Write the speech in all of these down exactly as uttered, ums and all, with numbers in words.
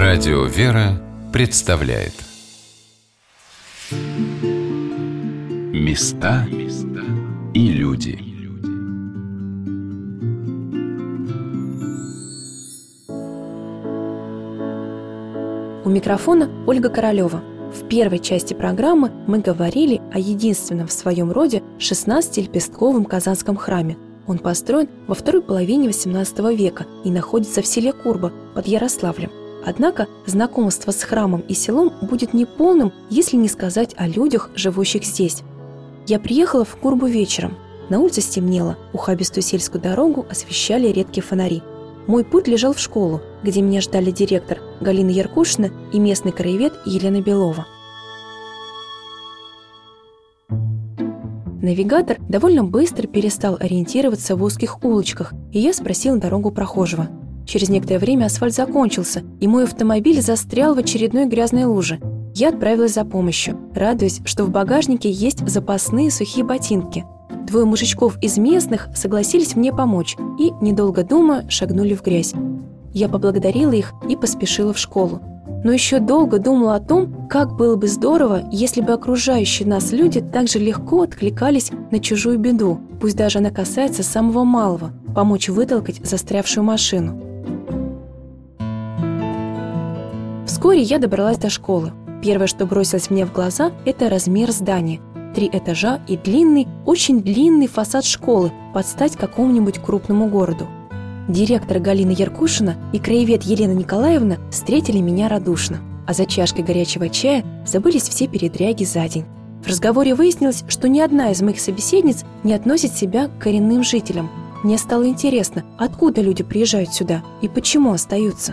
Радио «Вера» представляет Места и люди. У микрофона Ольга Королева. В первой части программы мы говорили о единственном в своем роде шестнадцатилепестковом казанском храме. Он построен во второй половине восемнадцатого века и находится в селе Курба под Ярославлем. Однако знакомство с храмом и селом будет неполным, если не сказать о людях, живущих здесь. Я приехала в Курбу вечером. На улице стемнело, ухабистую сельскую дорогу освещали редкие фонари. Мой путь лежал в школу, где меня ждали директор Галина Яркушина и местный краевед Елена Белова. Навигатор довольно быстро перестал ориентироваться в узких улочках, и я спросила дорогу прохожего. Через некоторое время асфальт закончился, и мой автомобиль застрял в очередной грязной луже. Я отправилась за помощью, радуясь, что в багажнике есть запасные сухие ботинки. Двое мужичков из местных согласились мне помочь и, недолго думая, шагнули в грязь. Я поблагодарила их и поспешила в школу. Но еще долго думала о том, как было бы здорово, если бы окружающие нас люди так же легко откликались на чужую беду, пусть даже она касается самого малого, помочь вытолкать застрявшую машину. Вскоре я добралась до школы. Первое, что бросилось мне в глаза, это размер здания. Три этажа и длинный, очень длинный фасад школы под стать какому-нибудь крупному городу. Директор Галина Яркушина и краевед Елена Николаевна встретили меня радушно, а за чашкой горячего чая забылись все передряги за день. В разговоре выяснилось, что ни одна из моих собеседниц не относит себя к коренным жителям. Мне стало интересно, откуда люди приезжают сюда и почему остаются.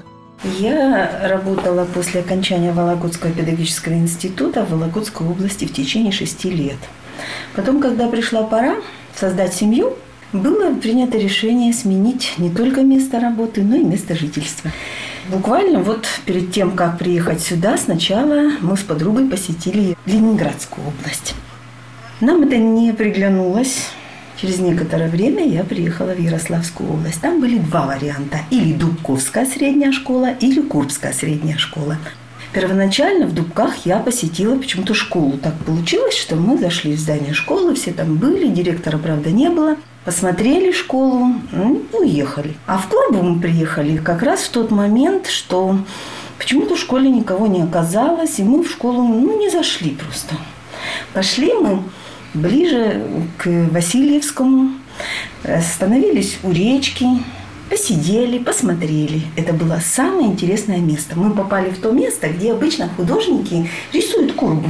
Я работала после окончания Вологодского педагогического института в Вологодской области в течение шести лет. Потом, когда пришла пора создать семью, было принято решение сменить не только место работы, но и место жительства. Буквально вот перед тем, как приехать сюда, сначала мы с подругой посетили Ленинградскую область. Нам это не приглянулось. Через некоторое время я приехала в Ярославскую область. Там были два варианта. Или Дубковская средняя школа, или Курбская средняя школа. Первоначально в Дубках я посетила почему-то школу. Так получилось, что мы зашли в здание школы, все там были, директора, правда, не было. Посмотрели школу, ну, уехали. А в Курбу мы приехали как раз в тот момент, что почему-то в школе никого не оказалось, и мы в школу ну, не зашли просто. Пошли мы ближе к Васильевскому, остановились у речки, посидели, посмотрели. Это было самое интересное место. Мы попали в то место, где обычно художники рисуют Курбу.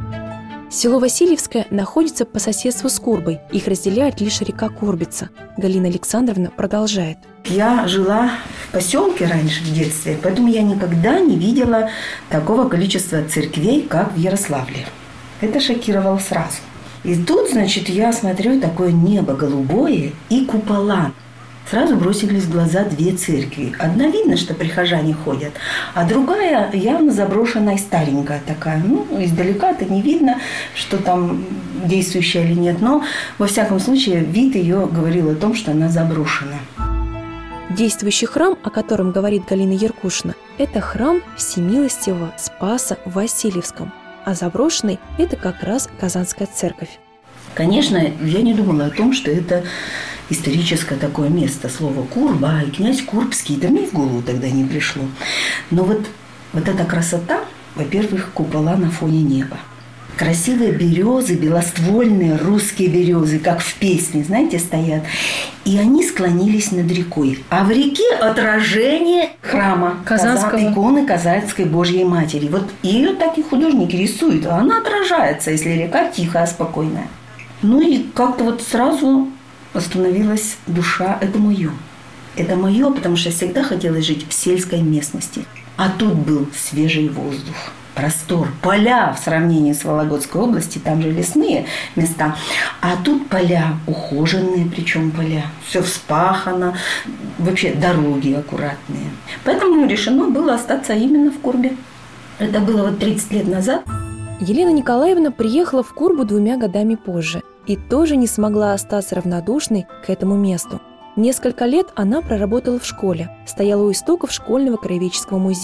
Село Васильевское находится по соседству с Курбой. Их разделяет лишь река Курбица. Галина Александровна продолжает. Я жила в поселке раньше, в детстве, поэтому я никогда не видела такого количества церквей, как в Ярославле. Это шокировало сразу. И тут, значит, я смотрю, такое небо голубое и купола. Сразу бросились в глаза две церкви. Одна видно, что прихожане ходят, а другая явно заброшенная и старенькая такая. Ну, издалека-то не видно, что там действующая или нет, но, во всяком случае, вид ее говорил о том, что она заброшена. Действующий храм, о котором говорит Галина Яркушина, это храм Всемилостивого Спаса в Васильевском, а заброшенный – это как раз Казанская церковь. Конечно, я не думала о том, что это историческое такое место, слово Курба и князь Курбский, да мне в голову тогда не пришло. Но вот, вот эта красота, во-первых, купола на фоне неба. Красивые березы, белоствольные русские березы, как в песне, знаете, стоят. И они склонились над рекой. А в реке отражение храма, Казанского. Иконы Казанской Божьей Матери. Вот ее так и художники рисуют, а она отражается, если река тихая, спокойная. Ну и как-то вот сразу остановилась душа. Это мое. Это мое, потому что я всегда хотела жить в сельской местности. А тут был свежий воздух, простор, поля в сравнении с Вологодской областью, там же лесные места. А тут поля, ухоженные причем поля, все вспахано, вообще дороги аккуратные. Поэтому решено было остаться именно в Курбе. Это было вот тридцать лет назад. Елена Николаевна приехала в Курбу двумя годами позже и тоже не смогла остаться равнодушной к этому месту. Несколько лет она проработала в школе, стояла у истоков школьного краеведческого музея.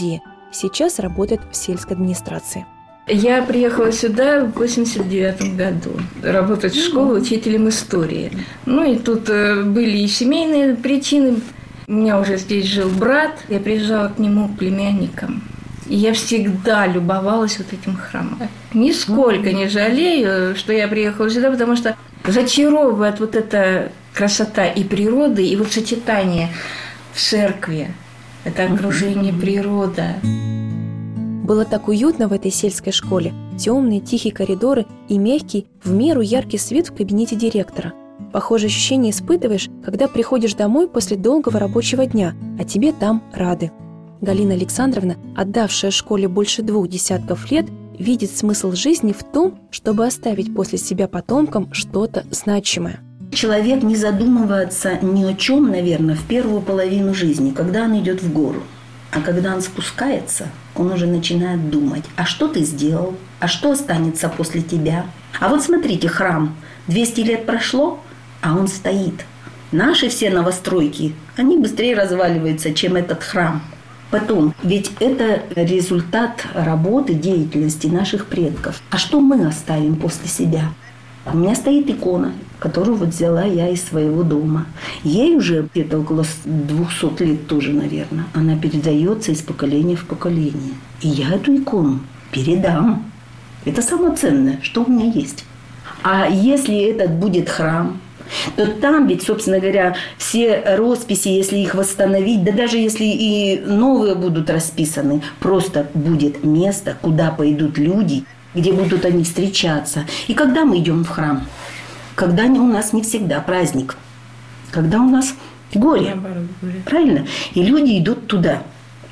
сейчас работает в сельской администрации. Я приехала сюда в восемьдесят девятом году работать в школу учителем истории. Ну и тут были и семейные причины. У меня уже здесь жил брат, я приезжала к нему к племянникам. И я всегда любовалась вот этим храмом. Нисколько не жалею, что я приехала сюда, потому что зачаровывает вот эта красота и природы, и вот сочетание в церкви. Это окружение природа. Было так уютно в этой сельской школе. Темные, тихие коридоры и мягкий, в меру яркий свет в кабинете директора. Похожее ощущение испытываешь, когда приходишь домой после долгого рабочего дня, а тебе там рады. Галина Александровна, отдавшая школе больше двух десятков лет, видит смысл жизни в том, чтобы оставить после себя потомкам что-то значимое. Человек не задумывается ни о чем, наверное, в первую половину жизни, когда он идет в гору. А когда он спускается, он уже начинает думать, а что ты сделал, а что останется после тебя. А вот смотрите, храм, двести лет прошло, а он стоит. Наши все новостройки, они быстрее разваливаются, чем этот храм. Потом, ведь это результат работы, деятельности наших предков. А что мы оставим после себя? У меня стоит икона, которую вот взяла я из своего дома. Ей уже где-то около двухсот лет тоже, наверное. Она передается из поколения в поколение. И я эту икону передам. Это самое ценное, что у меня есть. А если этот будет храм, то там ведь, собственно говоря, все росписи, если их восстановить, да даже если и новые будут расписаны, просто будет место, куда пойдут люди, где будут они встречаться. И когда мы идем в храм? Когда у нас не всегда праздник. Когда у нас горе. Правильно? И люди идут туда.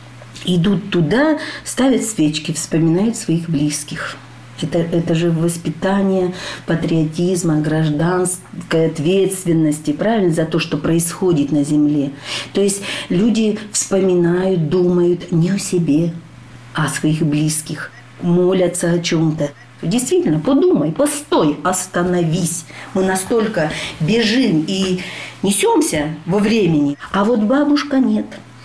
Идут туда, ставят свечки, вспоминают своих близких. Это, это же воспитание патриотизма, гражданской ответственности, правильно, за то, что происходит на земле. То есть люди вспоминают, думают не о себе, а о своих близких. Молятся о чем-то. Действительно, подумай, постой, остановись. Мы настолько бежим и несемся во времени. А вот бабушка нет.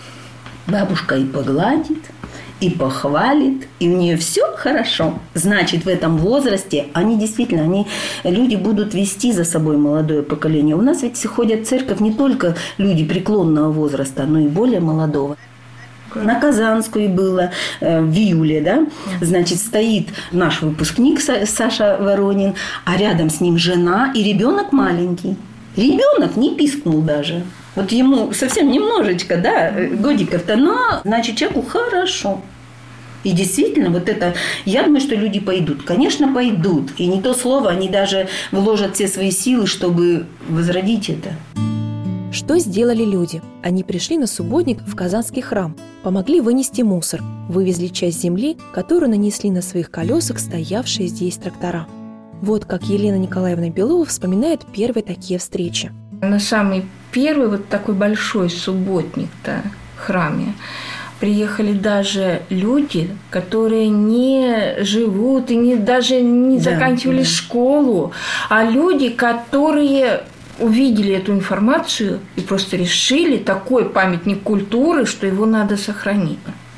Бабушка и погладит, и похвалит, и у нее все хорошо. Значит, в этом возрасте они действительно, они, люди будут вести за собой молодое поколение. У нас ведь ходят в церковь не только люди преклонного возраста, но и более молодого. На Казанской было э, в июле, да, значит, стоит наш выпускник Саша Воронин, а рядом с ним жена и ребенок маленький. Ребенок не пискнул даже. Вот ему совсем немножечко, да, годиков-то, но, значит, человеку хорошо. И действительно, вот это, я думаю, что люди пойдут. Конечно, пойдут. И не то слово, они даже вложат все свои силы, чтобы возродить это. Что сделали люди? Они пришли на субботник в Казанский храм, помогли вынести мусор, вывезли часть земли, которую нанесли на своих колесах стоявшие здесь трактора. Вот как Елена Николаевна Белова вспоминает первые такие встречи. На самый первый вот такой большой субботник-то в храме приехали даже люди, которые не живут и не, даже не да, заканчивали да. школу, а люди, которые увидели эту информацию и просто решили такой памятник культуры, что его надо сохранить.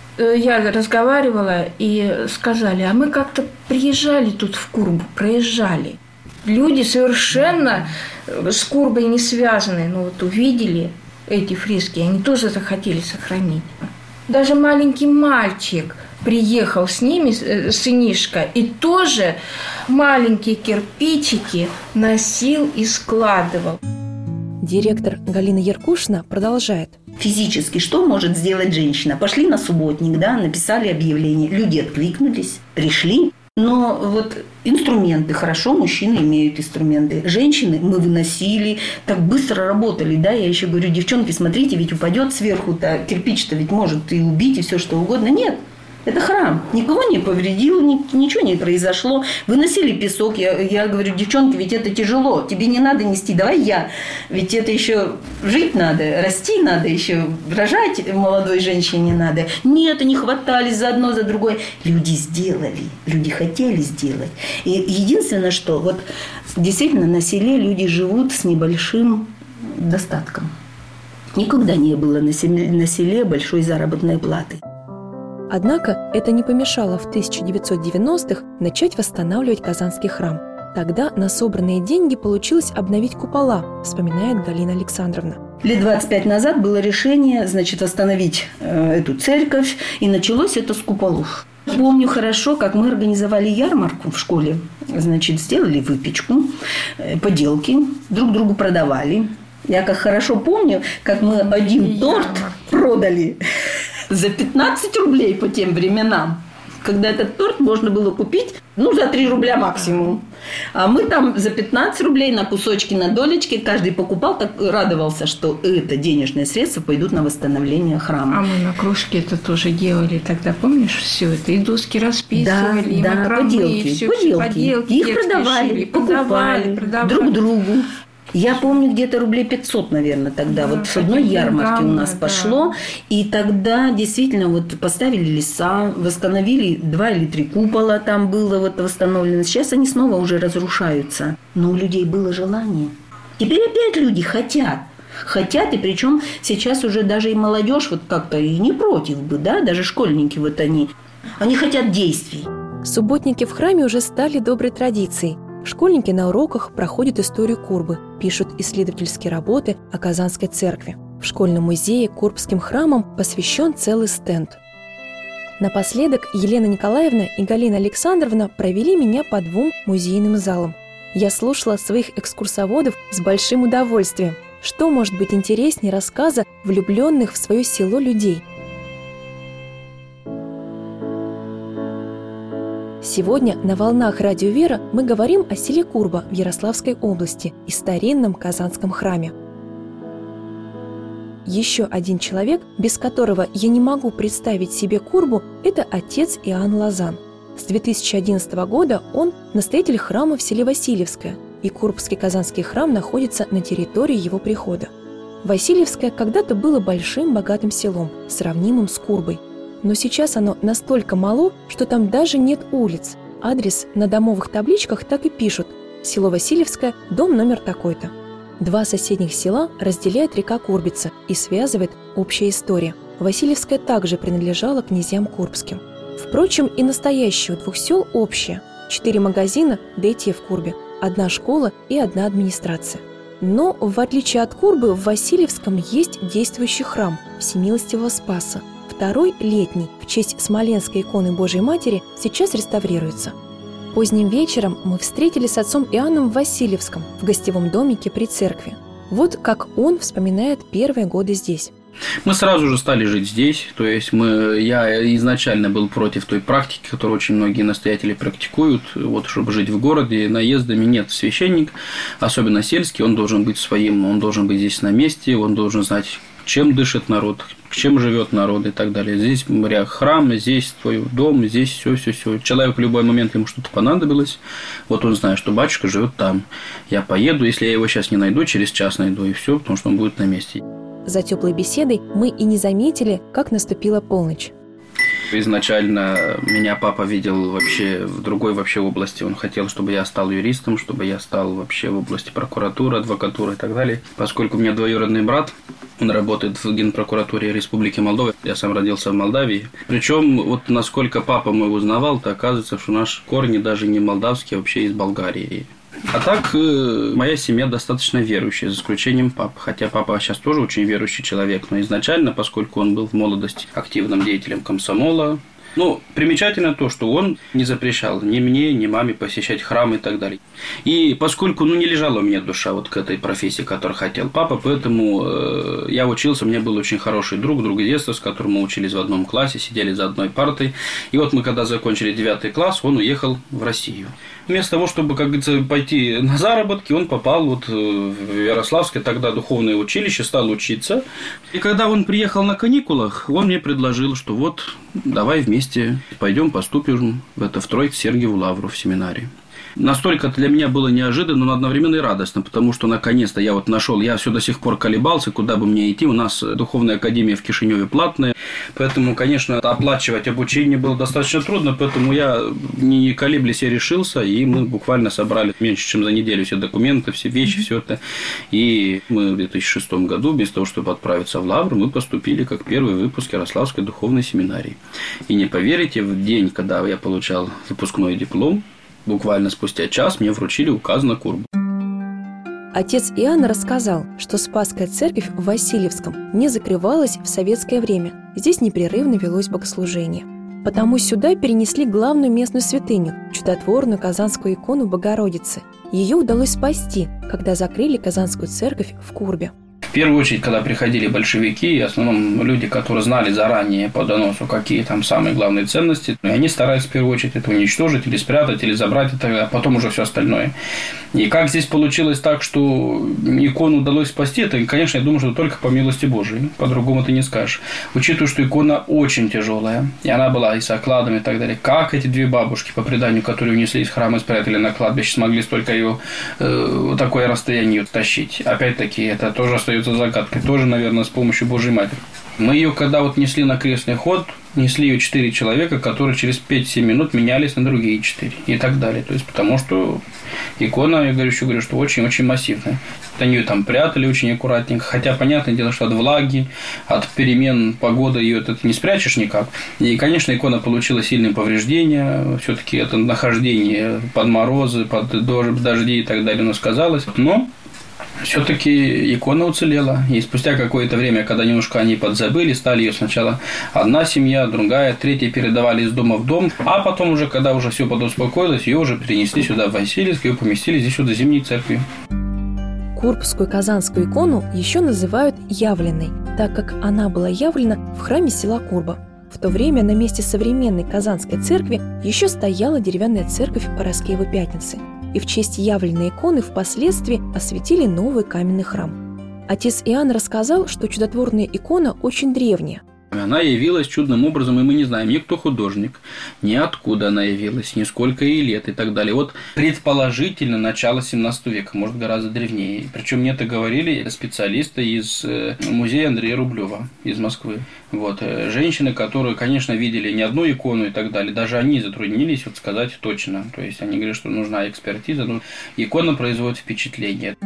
Я разговаривала и сказали, а мы как-то приезжали тут в Курбу, проезжали. Люди совершенно с Курбой не связанные, но вот увидели эти фрески, они тоже захотели сохранить. Даже маленький мальчик приехал с ними, сынишка, и тоже маленькие кирпичики носил и складывал. Директор Галина Яркушина продолжает. Физически что может сделать женщина? Пошли на субботник, да, написали объявление, люди откликнулись, пришли. Но вот инструменты, хорошо, мужчины имеют инструменты. Женщины мы выносили, так быстро работали, да, я еще говорю, девчонки, смотрите, ведь упадет сверху-то, кирпич-то ведь может и убить, и все что угодно. Нет, это храм, никого не повредил, ничего не произошло. Выносили песок, я, я говорю, девчонки, ведь это тяжело, тебе не надо нести, давай я. Ведь это еще жить надо, расти надо, еще рожать молодой женщине надо. Нет, они хватались за одно, за другое. Люди сделали, люди хотели сделать. И единственное, что вот действительно на селе люди живут с небольшим достатком. Никогда не было на селе большой заработной платы. Однако это не помешало в тысяча девятьсот девяностых начать восстанавливать Казанский храм. Тогда на собранные деньги получилось обновить купола, вспоминает Галина Александровна. Лет двадцать пять назад было решение, значит, восстановить э, эту церковь, и началось это с куполов. Помню хорошо, как мы организовали ярмарку в школе. Значит, сделали выпечку, э, поделки, друг другу продавали. Я как хорошо помню, как мы один торт продали за пятнадцать рублей по тем временам, когда этот торт можно было купить, ну, за три рубля максимум. А мы там за пятнадцать рублей на кусочки, на долечки, каждый покупал, так радовался, что это денежные средства пойдут на восстановление храма. А мы на кружке это тоже делали тогда, помнишь, все это? И доски расписывали, да, и да, макрамы, поделки, и все, поделки. поделки. Их продавали, шили, покупали, продавали, друг другу. Я помню, где-то рублей пятьсот, наверное, тогда. Да, вот с одной ярмарки у нас да. пошло. И тогда действительно вот поставили леса, восстановили два или три купола там было вот восстановлено. Сейчас они снова уже разрушаются. Но у людей было желание. Теперь опять люди хотят. Хотят, и причем сейчас уже даже и молодежь вот как-то и не против бы, да, даже школьники вот они. Они хотят действий. Субботники в храме уже стали доброй традицией. Школьники на уроках проходят историю Курбы, пишут исследовательские работы о Казанской церкви. В школьном музее Курбским храмам посвящен целый стенд. Напоследок Елена Николаевна и Галина Александровна провели меня по двум музейным залам. Я слушала своих экскурсоводов с большим удовольствием. Что может быть интереснее рассказа влюбленных в свое село людей? Сегодня на «Волнах Радио Вера» мы говорим о селе Курба в Ярославской области и старинном Казанском храме. Еще один человек, без которого я не могу представить себе Курбу, это отец Иоанн Лозан. С две тысячи одиннадцатого года он настоятель храма в селе Васильевское, и Курбский Казанский храм находится на территории его прихода. Васильевское когда-то было большим богатым селом, сравнимым с Курбой. Но сейчас оно настолько мало, что там даже нет улиц. Адрес на домовых табличках так и пишут: село Васильевское, дом номер такой-то. Два соседних села разделяет река Курбица и связывает общая история. Васильевское также принадлежало князьям Курбским. Впрочем, и настоящее у двух сел общее. Четыре магазина, да и те в Курбе, одна школа и одна администрация. Но, в отличие от Курбы, в Васильевском есть действующий храм Всемилостивого Спаса. Второй, летний, в честь Смоленской иконы Божией Матери, сейчас реставрируется. Поздним вечером мы встретились с отцом Иоанном в Васильевском, в гостевом домике при церкви. Вот как он вспоминает первые годы здесь. Мы сразу же стали жить здесь, то есть мы, я изначально был против той практики, которую очень многие настоятели практикуют, вот, чтобы жить в городе, наездами нет. Священник, особенно сельский, он должен быть своим, он должен быть здесь на месте, он должен знать, чем дышит народ, чем живет народ и так далее. Здесь храм, здесь твой дом, здесь все, все, все. Человек в любой момент ему что-то понадобилось, вот он знает, что батюшка живет там. Я поеду, если я его сейчас не найду, через час найду, и все, потому что он будет на месте. За теплой беседой мы и не заметили, как наступила полночь. Изначально меня папа видел вообще в другой вообще области. Он хотел, чтобы я стал юристом, чтобы я стал вообще в области прокуратуры, адвокатуры и так далее. Поскольку у меня двоюродный брат, он работает в Генпрокуратуре Республики Молдова. Я сам родился в Молдавии. Причем, вот насколько папа мой узнавал, то оказывается, что наши корни даже не молдавские, а вообще из Болгарии. А так, моя семья достаточно верующая, за исключением папы. Хотя папа сейчас тоже очень верующий человек, но изначально, поскольку он был в молодости активным деятелем комсомола, ну, примечательно то, что он не запрещал ни мне, ни маме посещать храм и так далее. И поскольку, ну, не лежала у меня душа вот к этой профессии, которую хотел папа, поэтому э, я учился, у меня был очень хороший друг, друг детства, с которым мы учились в одном классе, сидели за одной партой. И вот мы, когда закончили девятый класс, он уехал в Россию. Вместо того, чтобы, как говорится, пойти на заработки, он попал вот в Ярославское тогда духовное училище, стал учиться. И когда он приехал на каникулах, он мне предложил, что вот давай вместе пойдем поступим в это в Троице Сергиеву Лавру в семинарии. Настолько для меня было неожиданно, но одновременно и радостно, потому что наконец-то я вот нашел, я все до сих пор колебался, куда бы мне идти. У нас духовная академия в Кишиневе платная, поэтому, конечно, оплачивать обучение было достаточно трудно, поэтому я не колеблясь и решился, и мы буквально собрали меньше, чем за неделю все документы, все вещи, все это. И мы в две тысячи шестом году, без того, чтобы отправиться в Лавру, мы поступили как первый выпуск Ярославской духовной семинарии. И не поверите, в день, когда я получал выпускной диплом, буквально спустя час мне вручили указ на курбу. Отец Иоанн рассказал, что Спасская церковь в Васильевском не закрывалась в советское время. Здесь непрерывно велось богослужение. Потому сюда перенесли главную местную святыню – чудотворную казанскую икону Богородицы. Ее удалось спасти, когда закрыли Казанскую церковь в Курбе. В первую очередь, когда приходили большевики, в основном люди, которые знали заранее по доносу, какие там самые главные ценности, и они старались в первую очередь это уничтожить или спрятать, или забрать, а потом уже все остальное. И как здесь получилось так, что икону удалось спасти, это, конечно, я думаю, что только по милости Божией, по-другому ты не скажешь. Учитывая, что икона очень тяжелая, и она была и с окладами и так далее. Как эти две бабушки, по преданию, которые унесли из храма и спрятали на кладбище, смогли столько ее э, такое расстояние тащить? Опять-таки, это тоже остается загадкой, тоже, наверное, с помощью Божьей Матери. Мы ее, когда вот несли на крестный ход, несли ее четыре человека, которые через пять-семь минут менялись на другие четыре и так далее. То есть, потому что икона, я говорю, еще говорю, что очень-очень массивная. Они ее там прятали очень аккуратненько, хотя, понятное дело, что от влаги, от перемен погоды ее это не спрячешь никак. И, конечно, икона получила сильные повреждения, все-таки это нахождение под морозы, под дожди и так далее, но сказалось. Но все-таки икона уцелела. И спустя какое-то время, когда немножко они подзабыли, стали ее сначала одна семья, другая, третья передавали из дома в дом, а потом уже, когда уже все подуспокоилось, ее уже перенесли сюда в Васильевск, ее поместили здесь сюда зимней церкви. Курбскую казанскую икону еще называют явленной, так как она была явлена в храме села Курба. В то время на месте современной Казанской церкви еще стояла деревянная церковь Параскевой Пятницы. И в честь явленной иконы впоследствии осветили новый каменный храм. Отец Иоанн рассказал, что чудотворная икона очень древняя. Она явилась чудным образом, и мы не знаем ни кто художник, ни откуда она явилась, ни сколько ей лет и так далее. Вот предположительно начало семнадцатого века, может гораздо древнее. Причем мне это говорили специалисты из музея Андрея Рублева из Москвы. Вот. Женщины, которые, конечно, видели не одну икону и так далее, даже они затруднились вот сказать точно. То есть они говорят, что нужна экспертиза, но икона производит впечатление.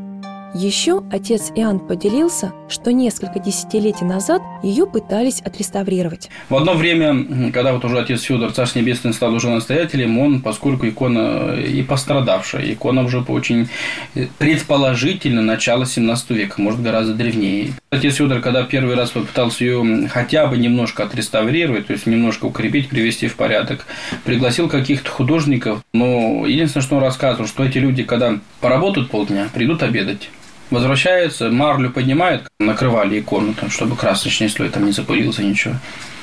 Еще отец Иоанн поделился, что несколько десятилетий назад ее пытались отреставрировать. В одно время, когда вот уже отец Федор, Царство Небесное, стал уже настоятелем, он, поскольку икона и пострадавшая, икона уже очень предположительно начало семнадцатого века, может гораздо древнее. Отец Федор, когда первый раз попытался ее хотя бы немножко отреставрировать, то есть немножко укрепить, привести в порядок, пригласил каких-то художников, но единственное, что он рассказывал, что эти люди, когда поработают полдня, придут обедать. Возвращаются, марлю поднимают, накрывали икону, там, чтобы красочный слой там не запылился, ничего.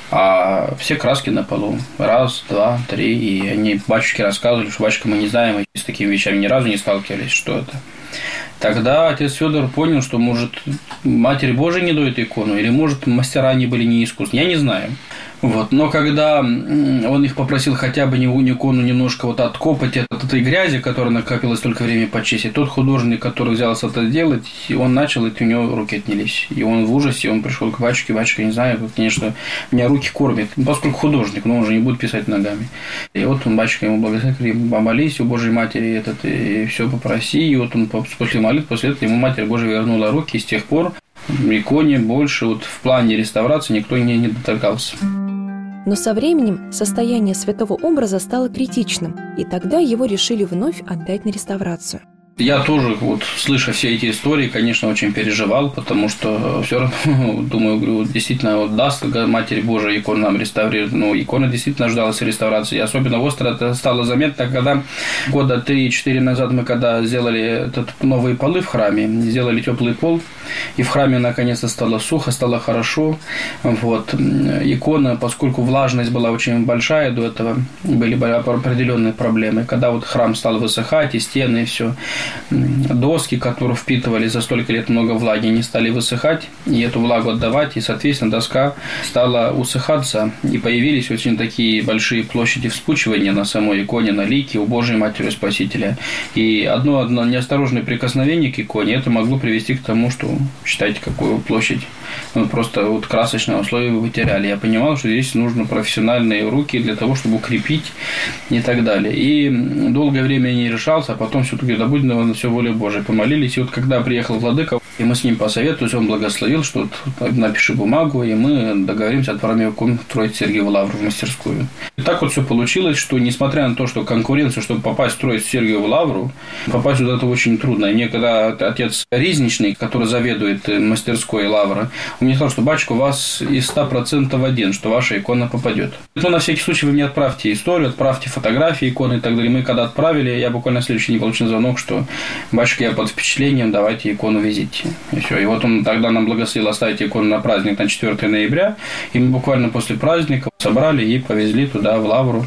А все краски на полу. Раз, два, три. И они батюшке рассказывали, что батюшка, мы не знаем, мы с такими вещами ни разу не сталкивались, что это. Тогда отец Федор понял, что, может, Матерь Божия не дает икону, или, может, мастера они были неискусны. Я не знаю. Вот. Но когда он их попросил хотя бы икону немножко вот откопать от этой грязи, которая накопилась столько времени почистить, тот художник, который взялся это делать, он начал, и у него руки отнялись. И он в ужасе, он пришел к батюшке, батюшка, не знаю, конечно, меня руки кормят, поскольку художник, но он же не будет писать ногами. И вот он, батюшка, ему благословил, помолись у Божьей Матери, этот, и все попроси, и вот он после молитвы, после этого ему Матерь Божия вернула руки, и с тех пор иконе больше вот в плане реставрации никто не, не доторгался. Но со временем состояние святого образа стало критичным, и тогда его решили вновь отдать на реставрацию. Я тоже, вот, слыша все эти истории, конечно, очень переживал, потому что все равно, думаю, действительно, вот, даст Матерь Божия икону нам реставрировать. Ну, икона действительно нуждалась в реставрации. Особенно остро это стало заметно, когда года три-четыре назад мы, когда сделали этот новые полы в храме, сделали теплый пол, и в храме наконец-то стало сухо, стало хорошо. Вот. Икона, поскольку влажность была очень большая до этого, были определенные проблемы. Когда вот храм стал высыхать, и стены, и все. доски, которые впитывали за столько лет много влаги, не стали высыхать, и эту влагу отдавать, и, соответственно, доска стала усыхаться, и появились очень такие большие площади вспучивания на самой иконе, на лике у Божьей Матери Спасителя. И одно, одно неосторожное прикосновение к иконе, это могло привести к тому, что, считайте, какую площадь, ну, просто вот красочное условие вы потеряли. Я понимал, что здесь нужно профессиональные руки для того, чтобы укрепить и так далее. И долгое время я не решался, а потом все-таки да будет на все воля Божия. Помолились. И вот когда приехал владыка, и мы с ним посоветовались, он благословил, что вот напиши бумагу, и мы договоримся, отправим икону строить Сергиеву Лавру в мастерскую. И так вот все получилось, что несмотря на то, что конкуренция, чтобы попасть строить Сергиеву Лавру, попасть сюда это очень трудно. И мне когда отец Ризничный, который заведует мастерской Лавры, он мне сказал, что батюшка, у вас из ста процентов один, что ваша икона попадет. Ну, на всякий случай вы мне отправьте историю, отправьте фотографии иконы и так далее. Мы когда отправили, я буквально на следующий день получил звонок, что батюшка, я под впечатлением, давайте икону везите. И все. И вот он тогда нам благословил оставить икону на праздник на четвёртое ноября. И мы буквально после праздника собрали и повезли туда, в Лавру.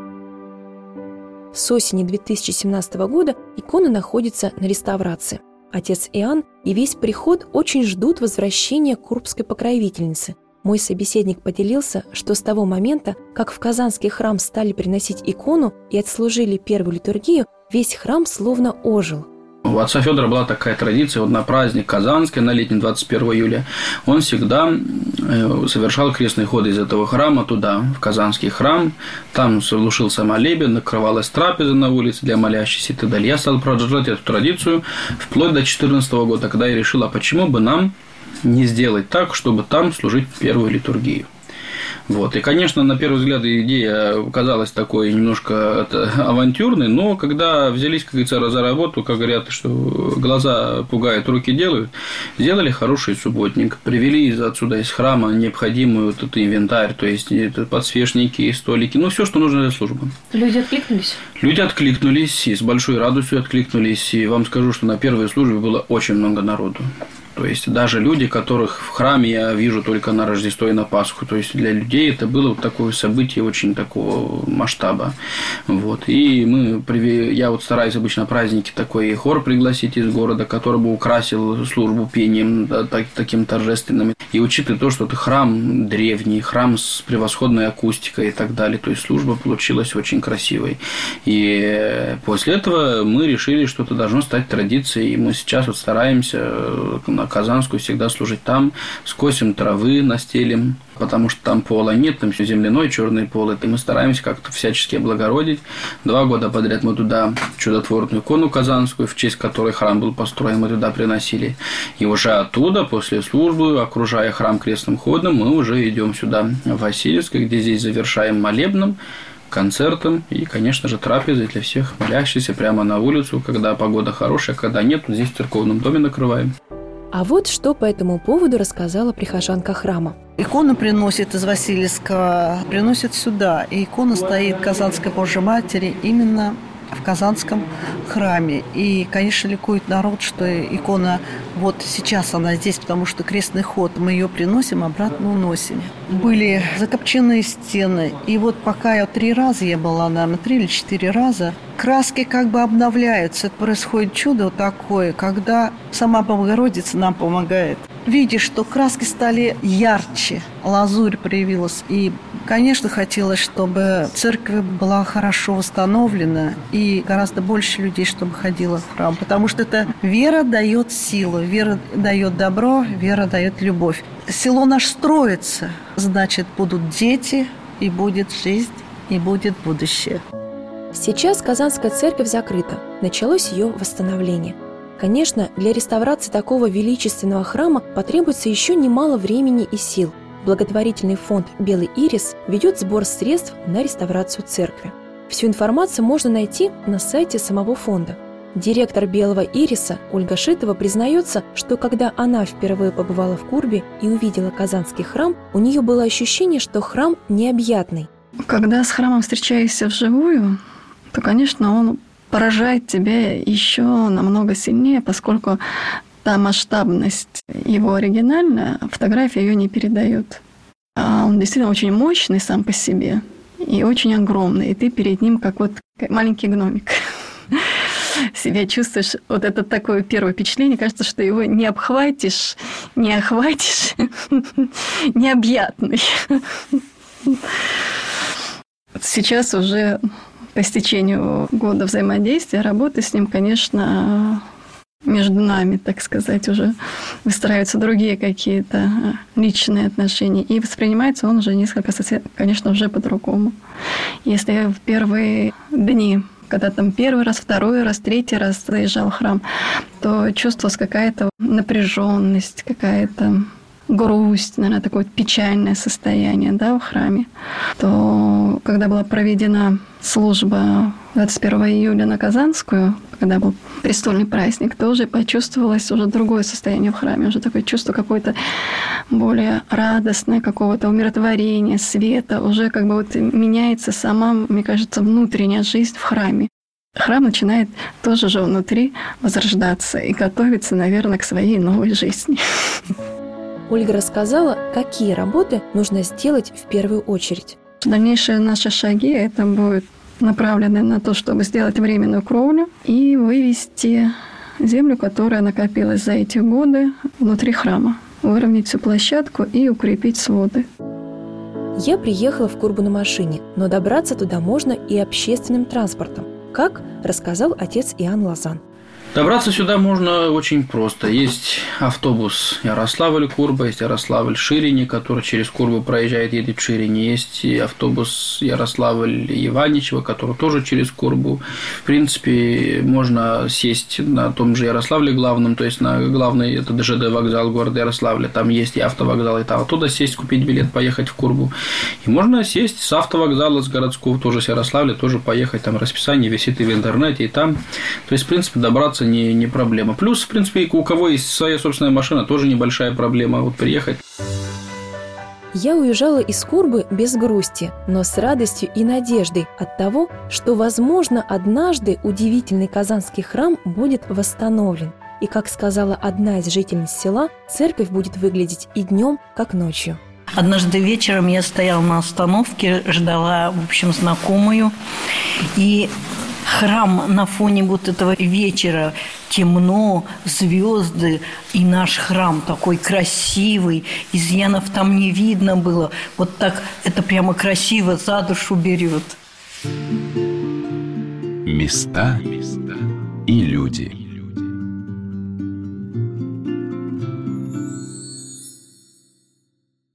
С осени две тысячи семнадцатого года икона находится на реставрации. Отец Иоанн и весь приход очень ждут возвращения Курбской покровительницы. Мой собеседник поделился, что с того момента, как в Казанский храм стали приносить икону и отслужили первую литургию, весь храм словно ожил. У отца Федора была такая традиция, вот на праздник Казанский, на летний двадцать первого июля, он всегда совершал крестные ходы из этого храма туда, в Казанский храм, там совершился молебен, накрывалась трапеза на улице для молящихся и так далее. Я стал продолжать эту традицию вплоть до две тысячи четырнадцатого года, когда я решил, а почему бы нам не сделать так, чтобы там служить первую литургию. Вот. И, конечно, на первый взгляд идея казалась такой немножко это, авантюрной, но когда взялись, как говорится, за работу, как говорят, что глаза пугают, руки делают, сделали хороший субботник, привели отсюда из храма необходимый вот этот инвентарь, то есть это подсвечники, столики, ну, все, что нужно для службы. Люди откликнулись? Люди откликнулись, и с большой радостью откликнулись, и вам скажу, что на первой службе было очень много народу. То есть даже люди, которых в храме я вижу только на Рождество и на Пасху. То есть для людей это было вот такое событие очень такого масштаба. Вот. И мы, я вот стараюсь обычно на праздники такой хор пригласить из города, который бы украсил службу пением да, так, таким торжественным. И учитывая то, что это храм древний, храм с превосходной акустикой и так далее. То есть служба получилась очень красивой. И после этого мы решили, что это должно стать традицией. И мы сейчас вот стараемся на Казанскую всегда служить там, скосим травы, настелим, потому что там пола нет, там все земляной, черный пол, и мы стараемся как-то всячески облагородить. Два года подряд мы туда чудотворную икону Казанскую, в честь которой храм был построен, мы туда приносили. И уже оттуда, после службы, окружая храм крестным ходом, мы уже идем сюда, в Васильевск, где здесь завершаем молебном, концертом и, конечно же, трапезой для всех молящихся прямо на улицу, когда погода хорошая, когда нет, здесь в церковном доме накрываем. А вот что по этому поводу рассказала прихожанка храма. Икону приносит из Васильевска, приносит сюда. И икона стоит Казанской Божьей Матери именно в Казанском храме. И, конечно, ликует народ, что икона вот сейчас она здесь, потому что крестный ход, мы ее приносим, обратно уносим. Были закопченные стены. И вот пока я три раза, я была, наверное, три или четыре раза, краски как бы обновляются. Это происходит чудо вот такое, когда сама Богородица нам помогает. Видишь, что краски стали ярче, лазурь проявилась. И, конечно, хотелось, чтобы церковь была хорошо восстановлена и гораздо больше людей, чтобы ходило в храм. Потому что это вера дает силу, вера дает добро, вера дает любовь. Село наше строится, значит, будут дети, и будет жизнь, и будет будущее. Сейчас Казанская церковь закрыта. Началось ее восстановление. Конечно, для реставрации такого величественного храма потребуется еще немало времени и сил. Благотворительный фонд «Белый ирис» ведет сбор средств на реставрацию церкви. Всю информацию можно найти на сайте самого фонда. Директор «Белого ириса» Ольга Шитова признается, что когда она впервые побывала в Курбе и увидела Казанский храм, у нее было ощущение, что храм необъятный. Когда с храмом встречаешься вживую, то, конечно, он поражает тебя еще намного сильнее, поскольку та масштабность его оригинальная, фотография ее не передает. А он действительно очень мощный сам по себе и очень огромный, и ты перед ним как вот маленький гномик. себя чувствуешь, вот это такое первое впечатление, кажется, что его не обхватишь, не охватишь, необъятный. Сейчас уже по истечению года взаимодействия, работы с ним, конечно, между нами, так сказать, уже выстраиваются другие какие-то личные отношения. И воспринимается он уже несколько, конечно, уже по-другому. Если в первые дни, когда там первый раз, второй раз, третий раз заезжал в храм, то чувствовалась какая-то напряженность, какая-то грусть, наверное, такое печальное состояние, да, в храме, то когда была проведена служба двадцать первого июля на Казанскую, когда был престольный праздник, то уже почувствовалось уже другое состояние в храме, уже такое чувство какое-то более радостное, какого-то умиротворения, света, уже как бы вот меняется сама, мне кажется, внутренняя жизнь в храме. Храм начинает тоже же внутри возрождаться и готовиться, наверное, к своей новой жизни. Ольга рассказала, какие работы нужно сделать в первую очередь. Дальнейшие наши шаги это будет направлены на то, чтобы сделать временную кровлю и вывести землю, которая накопилась за эти годы внутри храма, выровнять всю площадку и укрепить своды. Я приехала в Курбу на машине, но добраться туда можно и общественным транспортом. Как, рассказал отец Иоанн Лазан. Добраться сюда можно очень просто. Есть автобус Ярославль-Курба, есть Ярославль-Ширине, который через Курбу проезжает, едет в Ширине. Есть и автобус Ярославль-Иваничево, который тоже через Курбу. В принципе, можно сесть на том же Ярославле главном, то есть на главный это ДЖД вокзал города Ярославля. Там есть и автовокзал, и там оттуда сесть, купить билет, поехать в Курбу. И можно сесть с автовокзала, с городского, тоже с Ярославля, тоже поехать. Там расписание висит и в интернете, и там. То есть, в принципе, добраться Не, не проблема. Плюс, в принципе, у кого есть своя собственная машина, тоже небольшая проблема. Вот приехать. Я уезжала из Курбы без грусти, но с радостью и надеждой от того, что, возможно, однажды удивительный казанский храм будет восстановлен. И, как сказала одна из жительниц села, церковь будет выглядеть и днем, как ночью. Однажды вечером я стояла на остановке, ждала, в общем, знакомую, и храм на фоне вот этого вечера, темно, звезды, и наш храм такой красивый, изъянов там не видно было. Вот так это прямо красиво за душу берет. Места и люди.